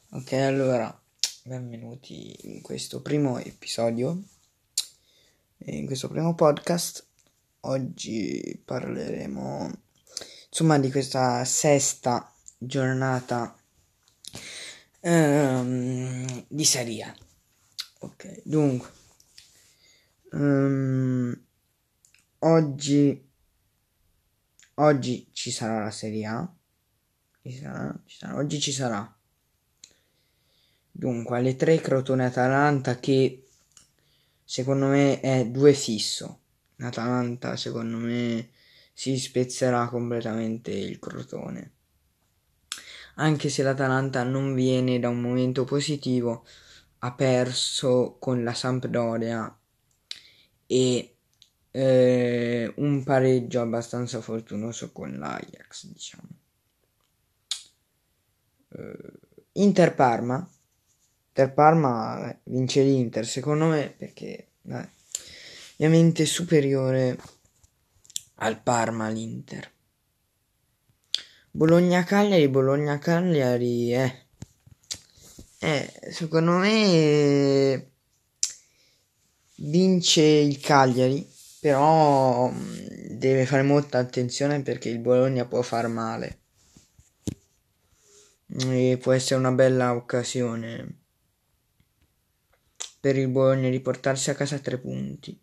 Ok, allora, benvenuti in questo primo episodio, in questo primo podcast. Oggi parleremo, insomma, di questa sesta giornata di Serie A. Ok, dunque, oggi ci sarà la Serie A. Oggi ci sarà. Dunque, alle 3 Crotone-Atalanta, che secondo me è 2 fisso. L'Atalanta secondo me si spezzerà completamente il Crotone. Anche se l'Atalanta non viene da un momento positivo, ha perso con la Sampdoria e un pareggio abbastanza fortunoso con l'Ajax, diciamo. Inter-Parma vince l'Inter secondo me, perché ovviamente superiore al Parma l'Inter. Bologna-Cagliari secondo me vince il Cagliari, però deve fare molta attenzione perché il Bologna può far male e può essere una bella occasione per il Bologna di portarsi a casa 3 punti.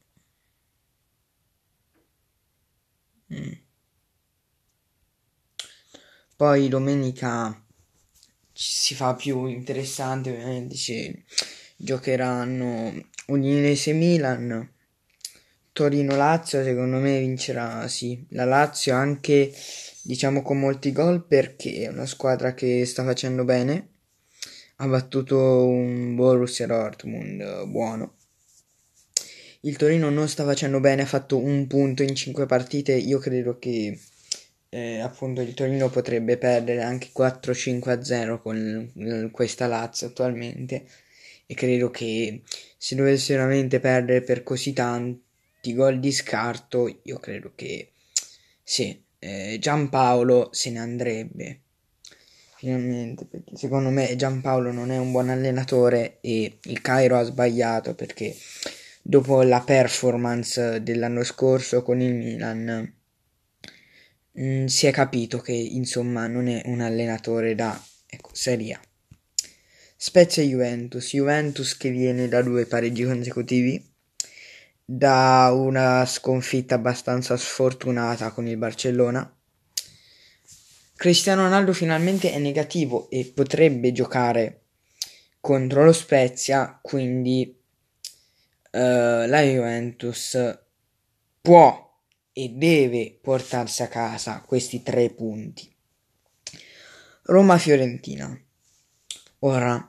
Poi domenica si fa più interessante, ovviamente ci giocheranno Udinese-Milan, Torino-Lazio. Secondo me vincerà, sì, la Lazio, anche diciamo con molti gol, perché è una squadra che sta facendo bene, ha battuto un Borussia Dortmund buono. Il Torino non sta facendo bene, ha fatto un punto in 5 partite. Io credo che appunto il Torino potrebbe perdere anche 4-5-0 con questa Lazio attualmente, e credo che se dovesse veramente perdere per così tanti gol di scarto, io credo che sì, Giampaolo se ne andrebbe finalmente, perché secondo me Giampaolo non è un buon allenatore e il Cairo ha sbagliato, perché dopo la performance dell'anno scorso con il Milan si è capito che insomma non è un allenatore da Serie A. Spezia Juventus che viene da 2 pareggi consecutivi, da una sconfitta abbastanza sfortunata con il Barcellona. Cristiano Ronaldo finalmente è negativo e potrebbe giocare contro lo Spezia, quindi la Juventus può e deve portarsi a casa questi 3 punti. Roma-Fiorentina. Ora,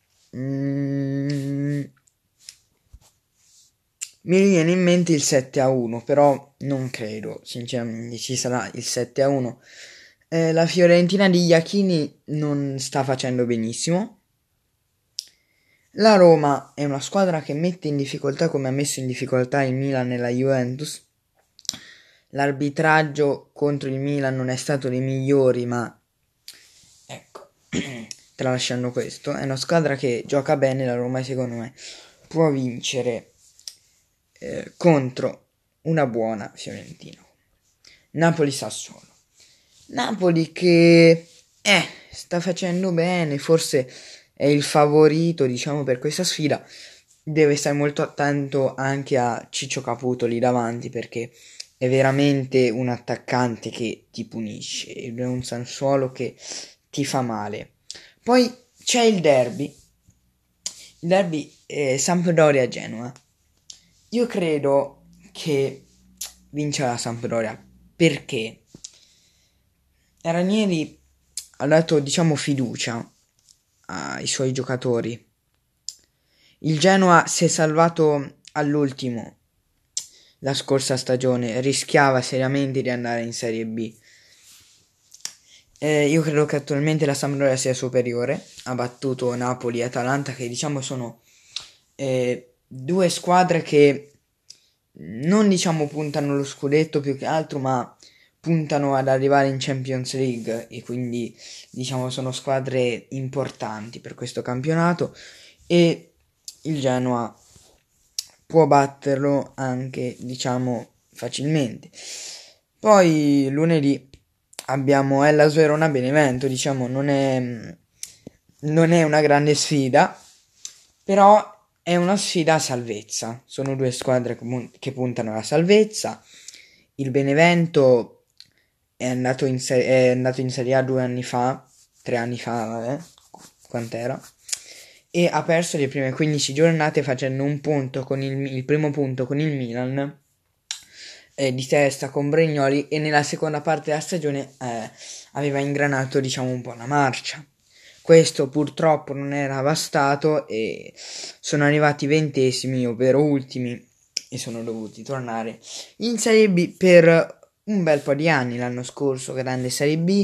mi viene in mente il 7-1, però non credo, sinceramente, ci sarà il 7-1. La Fiorentina di Iachini non sta facendo benissimo. La Roma è una squadra che mette in difficoltà, come ha messo in difficoltà il Milan e la Juventus. L'arbitraggio contro il Milan non è stato dei migliori, ma ecco, tralasciando questo, è una squadra che gioca bene. La Roma, secondo me, può vincere contro una buona Fiorentina. Napoli-Sassuolo. Napoli che sta facendo bene, forse è il favorito, diciamo, per questa sfida. Deve stare molto attento anche a Ciccio Caputo lì davanti, perché è veramente un attaccante che ti punisce, è un Sassuolo che ti fa male. Poi c'è il derby Sampdoria-Genoa. Io credo che vince la Sampdoria, perché Ranieri ha dato, diciamo, fiducia ai suoi giocatori. Il Genoa si è salvato all'ultimo la scorsa stagione, rischiava seriamente di andare in Serie B. Io credo che attualmente la Sampdoria sia superiore, ha battuto Napoli e Atalanta, che diciamo sono 2 squadre che non diciamo puntano allo scudetto più che altro, ma puntano ad arrivare in Champions League e quindi diciamo sono squadre importanti per questo campionato, e il Genoa può batterlo anche diciamo facilmente. Poi lunedì abbiamo Hellas Verona Benevento, diciamo non è una grande sfida, però è una sfida a salvezza. Sono due squadre che puntano alla salvezza. Il Benevento è andato in Serie A 2 anni fa, 3 anni fa, vabbè, quant'era, e ha perso le prime 15 giornate facendo un punto con il primo punto con il Milan, di testa con Brignoli, e nella seconda parte della stagione aveva ingranato diciamo un po' la marcia. Questo purtroppo non era bastato e sono arrivati 20esimi, ovvero ultimi, e sono dovuti tornare in Serie B per un bel po' di anni. L'anno scorso grande Serie B,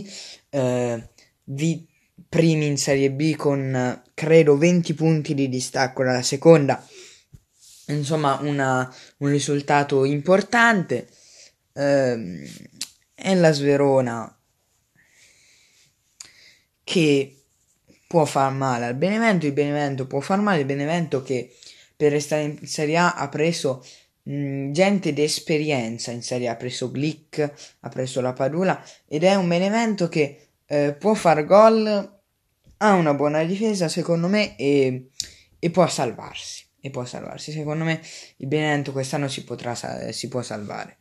primi in Serie B con credo 20 punti di distacco dalla seconda, insomma un risultato importante. Hellas Verona che può far male al Benevento, il Benevento può far male, il Benevento che per restare in Serie A ha preso gente d'esperienza in Serie A, ha preso Glick, ha preso la Padula, ed è un Benevento che può far gol, ha una buona difesa secondo me, e può salvarsi. Secondo me il Benevento quest'anno si può salvare.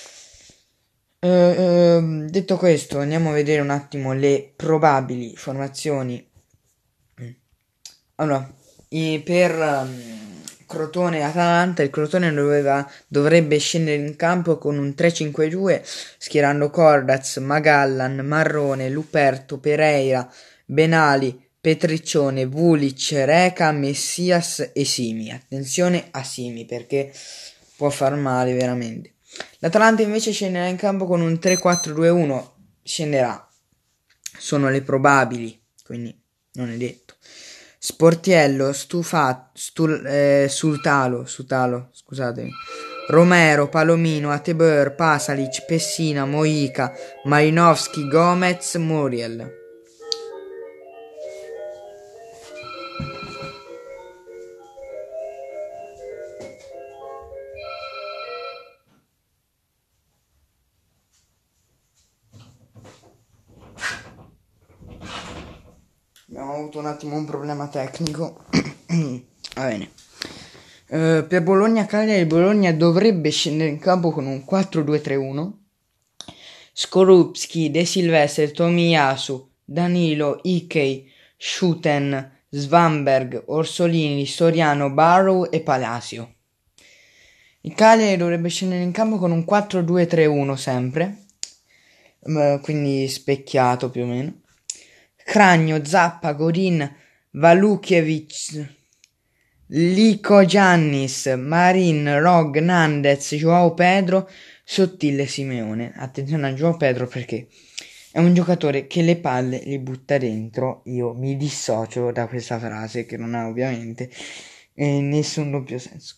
Detto questo, andiamo a vedere un attimo le probabili formazioni. Allora, per Crotone e Atalanta, il Crotone dovrebbe scendere in campo con un 3-5-2, schierando Cordaz, Magallan, Marrone, Luperto, Pereira, Benali, Petriccione, Vulic, Reca, Messias e Simi. Attenzione a Simi perché può far male veramente. L'Atalanta invece scenderà in campo con un 3-4-2-1, scenderà, sono le probabili, quindi non è detto. Sportiello, Sutalo, scusatemi, Romero, Palomino, Atebeur, Pasalic, Pessina, Moica, Malinowski, Gomez, Muriel. Abbiamo avuto un attimo un problema tecnico. Va bene. Per Bologna-Cagliari, Bologna dovrebbe scendere in campo con un 4-2-3-1. Skorupski, De Silvestre, Tomiyasu, Danilo, Ikei, Schuten, Svanberg, Orsolini, Soriano, Barrow e Palacio. Il Cagliari dovrebbe scendere in campo con un 4-2-3-1 sempre, quindi specchiato più o meno. Cragno, Zappa, Gorin, Valukiewicz, Lico Giannis, Marin, Rog, Nandez, Joao Pedro, Sottile, Simeone. Attenzione a Joao Pedro perché è un giocatore che le palle li butta dentro. Io mi dissocio da questa frase che non ha ovviamente nessun doppio senso.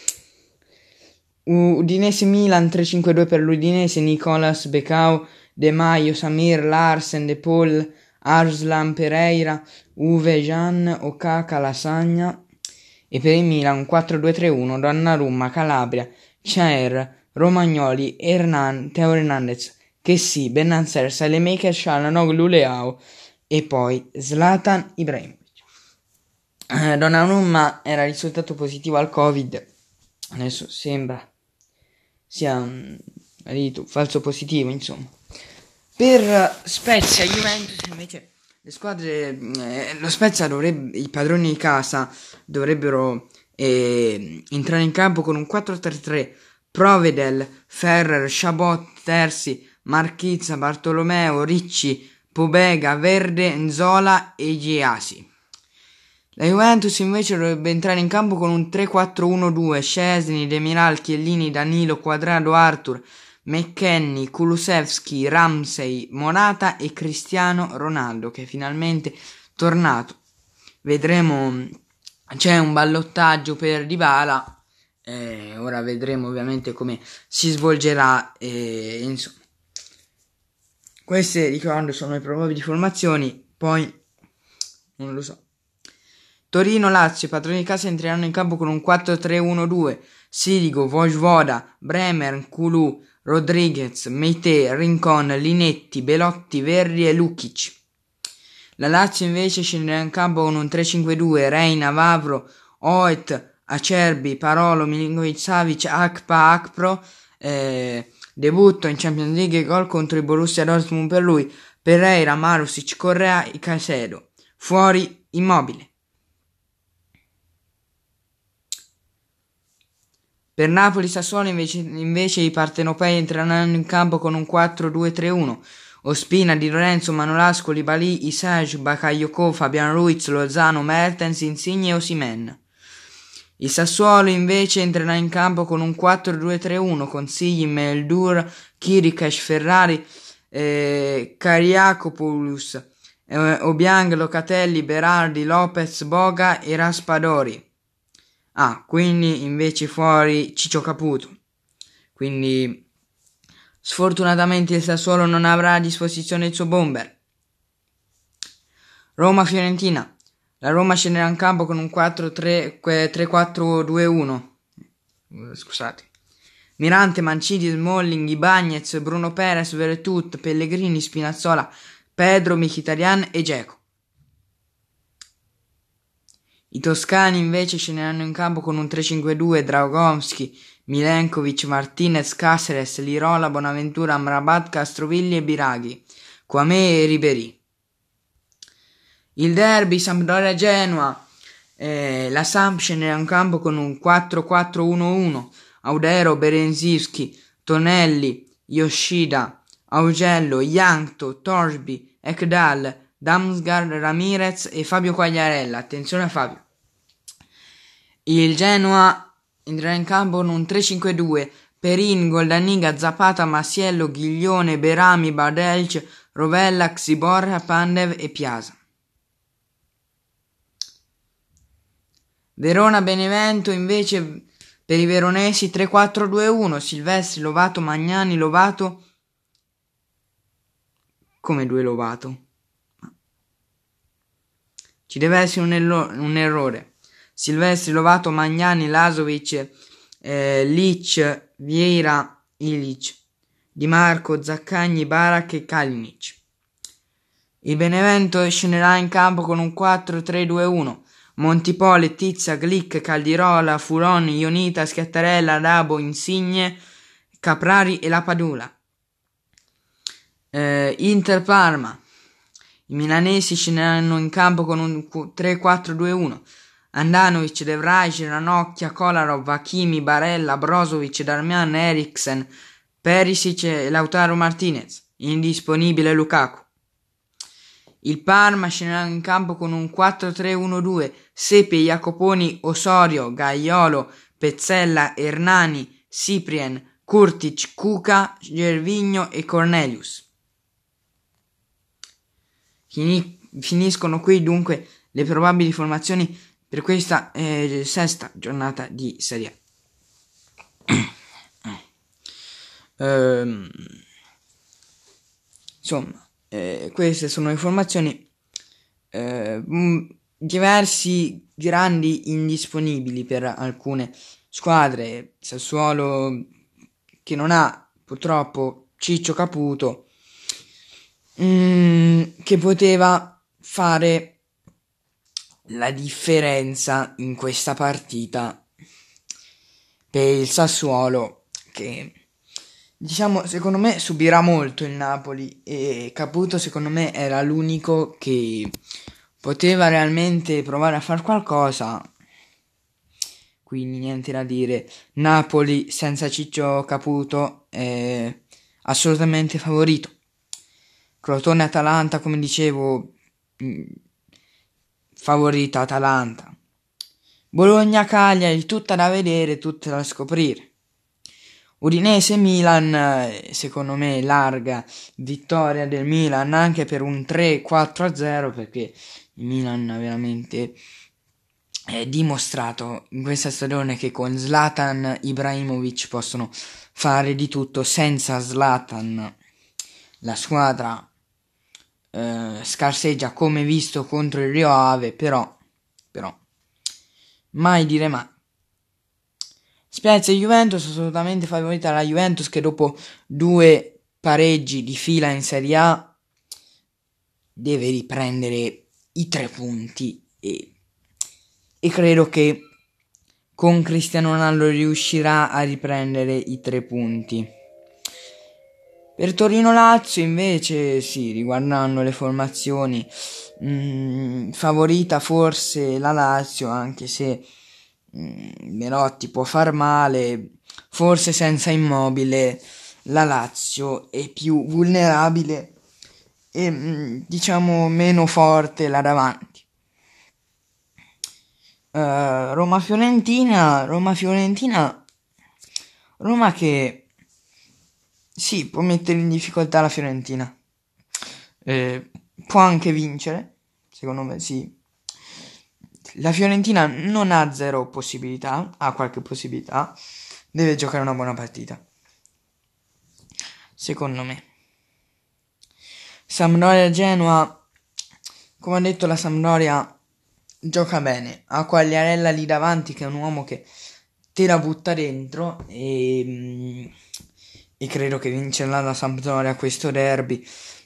Udinese Milan 3-5-2 per l'Udinese, Nicolas, Becao, De Maio, Samir, Larsen, De Paul, Arslan, Pereira, Uwe, Gian, Okaka, Lasagna. E per il Milan 4-2-3-1, Donnarumma, Calabria, Chair, Romagnoli, Teo Hernandez, Kessi, Bennacer, Salemaker, Çalhanoğlu, Leao e poi Zlatan Ibrahimovic. Donnarumma era risultato positivo al Covid, adesso sembra sia falso positivo, insomma. Per Spezia e Juventus invece le squadre, lo Spezia i padroni di casa dovrebbero entrare in campo con un 4-3-3, Provedel, Ferrer, Chabot, Terzi, Marchizza, Bartolomeo, Ricci, Pobega, Verde, Nzola e Giasi. La Juventus invece dovrebbe entrare in campo con un 3-4-1-2, Szczesny, Demiral, Chiellini, Danilo, Quadrado, Arthur, McKennie, Kulusevski, Ramsey, Morata e Cristiano Ronaldo, che è finalmente tornato. Vedremo, c'è un ballottaggio per Dybala, ora vedremo ovviamente come si svolgerà, insomma. Queste, ricordo, sono le probabili formazioni, poi non lo so. Torino-Lazio, i padroni di casa entreranno in campo con un 4-3-1-2, Sirigo, Vojvoda, Bremer, Nkulu, Rodriguez, Meite, Rincon, Linetti, Belotti, Verri e Lukic. La Lazio invece scenderà in campo con un 3-5-2, Reina, Vavro, Oet, Acerbi, Parolo, Milinkovic-Savic, Akpa, Akpro, debutto in Champions League, gol contro il Borussia Dortmund per lui, Pereira, Marusic, Correa e Caicedo. Fuori Immobile. Per Napoli-Sassuolo invece i partenopei entreranno in campo con un 4-2-3-1. Ospina, Di Lorenzo, Manolasco, Libali, Isage, Bakayoko, Fabian Ruiz, Lozano, Mertens, Insigne e Osimhen. Il Sassuolo invece entrerà in campo con un 4-2-3-1 con Sigli, Meldur, Kirikesh, Ferrari, Kariakopoulos, Obiang, Locatelli, Berardi, Lopez, Boga e Raspadori. Quindi invece fuori Ciccio Caputo. Quindi sfortunatamente il Sassuolo non avrà a disposizione il suo bomber. Roma-Fiorentina. La Roma scenderà in campo con un 3-4-2-1. Scusate. Mirante, Mancini, Smalling, Ibañez, Bruno Perez, Veretut, Pellegrini, Spinazzola, Pedro, Mkhitaryan e Dzeko. I toscani invece scenderanno in campo con un 3-5-2, Dragowski, Milenkovic, Martinez, Caceres, Lirola, Bonaventura, Amrabat, Castrovilli e Biraghi, Kwame e Ribéry. Il derby Sampdoria-Genoa, la Samp scenderà in campo con un 4-4-1-1, Audero, Berezinski, Tonelli, Yoshida, Augello, Yankto, Torsby, Ekdal, Damsgaard, Ramirez e Fabio Quagliarella. Attenzione a Fabio. Il Genoa entrerà in campo con un 3-5-2, Perin, Goldaniga, Zapata, Masiello, Ghiglione, Berami, Badelc, Rovella, Xibor, Pandev e Piazza. Verona-Benevento invece per i veronesi 3-4-2-1, Silvestri, Lovato, Magnani, Lovato. Come due Lovato? Ci deve essere un errore. Silvestri, Lovato, Magnani, Lazovic, Lic, Vieira, Ilic, Di Marco, Zaccagni, Barak e Kalinic. Il Benevento scenderà in campo con un 4-3-2-1. Montipole, Tizia, Glick, Caldirola, Furoni, Ionita, Schiattarella, Dabo, Insigne, Caprari e Lapadula. Inter-Parma. I milanesi scenderanno in campo con un 3-4-2-1. Andanovic, De Vrij, Ranocchia, Kolarov, Hakimi, Barella, Brozovic, Darmian, Eriksen, Perisic e Lautaro Martinez. Indisponibile Lukaku. Il Parma scenderà in campo con un 4-3-1-2, Sepe, Jacoponi, Osorio, Gaiolo, Pezzella, Hernani, Cyprien, Kurtic, Cuca, Gervinho e Cornelius. Finiscono qui dunque le probabili formazioni per questa sesta giornata di Serie A. Insomma, queste sono le formazioni, diversi grandi indisponibili per alcune squadre. Sassuolo che non ha purtroppo Ciccio Caputo, che poteva fare la differenza in questa partita per il Sassuolo, che diciamo secondo me subirà molto il Napoli, e Caputo secondo me era l'unico che poteva realmente provare a fare qualcosa, quindi niente da dire. Napoli senza Ciccio Caputo è assolutamente favorito. Crotone-Atalanta, come dicevo, favorita Atalanta. Bologna-Cagliari, tutta da vedere, tutta da scoprire. Udinese-Milan, secondo me larga vittoria del Milan, anche per un 3-4-0, perché il Milan ha veramente dimostrato in questa stagione che con Zlatan Ibrahimovic possono fare di tutto. Senza Zlatan la squadra scarseggia come visto contro il Rio Ave, però mai dire mai. Spezia e Juventus, assolutamente favorita la Juventus, che dopo 2 pareggi di fila in Serie A deve riprendere i 3 punti e credo che con Cristiano Ronaldo riuscirà a riprendere i 3 punti. Per Torino-Lazio invece, sì, riguardando le formazioni, favorita forse la Lazio, anche se Belotti può far male, forse senza Immobile la Lazio è più vulnerabile e diciamo meno forte là davanti. Roma-Fiorentina, Roma che sì, può mettere in difficoltà la Fiorentina. Può anche vincere, secondo me sì. La Fiorentina non ha 0 possibilità, ha qualche possibilità, deve giocare una buona partita. Secondo me. Sampdoria-Genoa, come ho detto, la Sampdoria gioca bene, ha Quagliarella lì davanti che è un uomo che te la butta dentro e credo che vincerà la Sampdoria questo derby.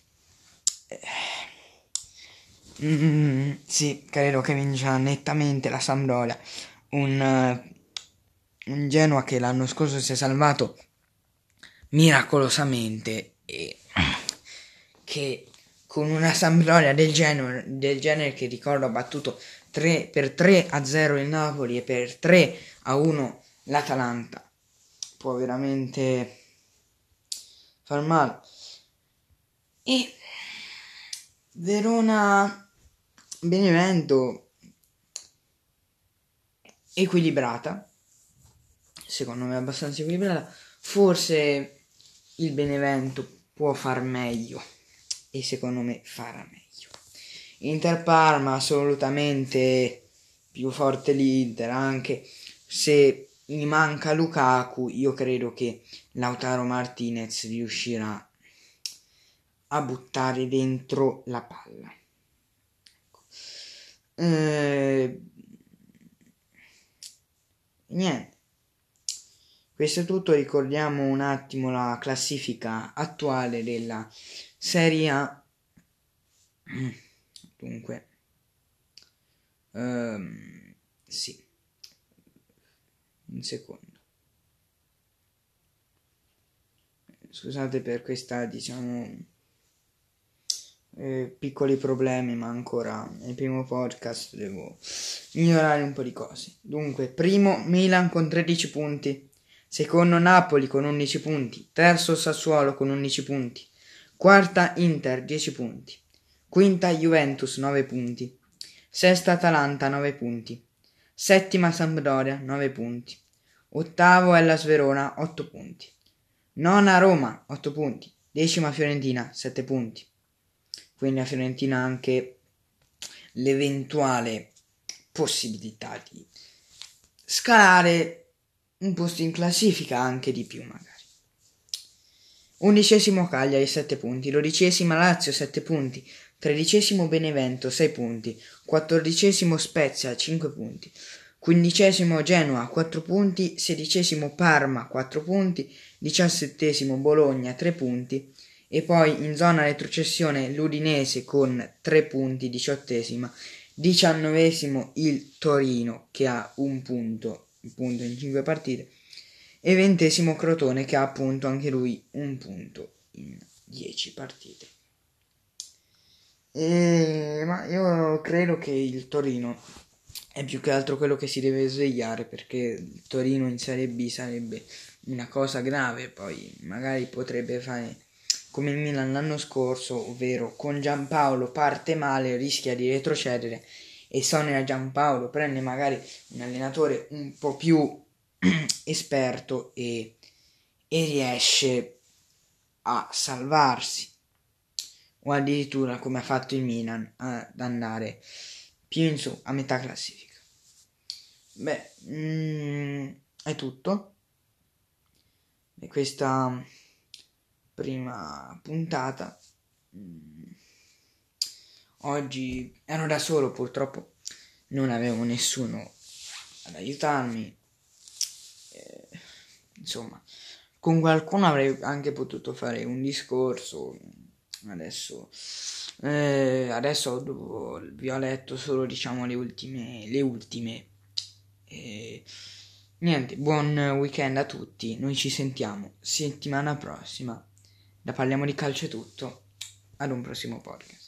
Sì, credo che vincerà nettamente la Sampdoria, un Genoa che l'anno scorso si è salvato miracolosamente e che con una Sampdoria del genere che ricordo ha battuto per 3-0 il Napoli e per 3-1 l'Atalanta può veramente far male. E Verona Benevento equilibrata, secondo me abbastanza equilibrata, forse il Benevento può far meglio e secondo me farà meglio. Inter Parma assolutamente più forte l'Inter, anche se mi manca Lukaku, io credo che Lautaro Martinez riuscirà a buttare dentro la palla. Niente, questo è tutto. Ricordiamo un attimo la classifica attuale della Serie A. Dunque sì, un secondo, scusate per questa piccoli problemi, ma ancora nel primo podcast devo migliorare un po' di cose. Dunque, primo Milan con 13 punti, secondo Napoli con 11 punti, terzo Sassuolo con 11 punti, quarta Inter 10 punti, quinta Juventus 9 punti, sesta Atalanta 9 punti, settima Sampdoria 9 punti, ottavo Hellas Verona 8 punti, nona Roma 8 punti, decima Fiorentina 7 punti. Quindi la Fiorentina ha anche l'eventuale possibilità di scalare un posto in classifica, anche di più magari. Undicesimo Cagliari 7 punti, dodicesima Lazio 7 punti, tredicesimo Benevento 6 punti, quattordicesimo Spezia 5 punti, quindicesimo Genoa 4 punti, sedicesimo Parma 4 punti, diciassettesimo Bologna 3 punti e poi in zona retrocessione l'Udinese con 3 punti, diciottesima, diciannovesimo il Torino che ha un punto in 5 partite e ventesimo Crotone che ha appunto anche lui un punto in 10 partite. Ma io credo che il Torino è più che altro quello che si deve svegliare, perché il Torino in Serie B sarebbe una cosa grave, poi magari potrebbe fare come il Milan l'anno scorso, ovvero con Giampaolo parte male, rischia di retrocedere e esonera Giampaolo, prende magari un allenatore un po' più esperto e riesce a salvarsi, o addirittura come ha fatto il Milan ad andare più in su a metà classifica. È tutto. E questa prima puntata. Oggi ero da solo, purtroppo non avevo nessuno ad aiutarmi. Insomma, con qualcuno avrei anche potuto fare un discorso. Adesso vi ho letto solo, diciamo, le ultime. Niente, buon weekend a tutti. Noi ci sentiamo settimana prossima. Da Parliamo di Calcio è tutto. Ad un prossimo podcast.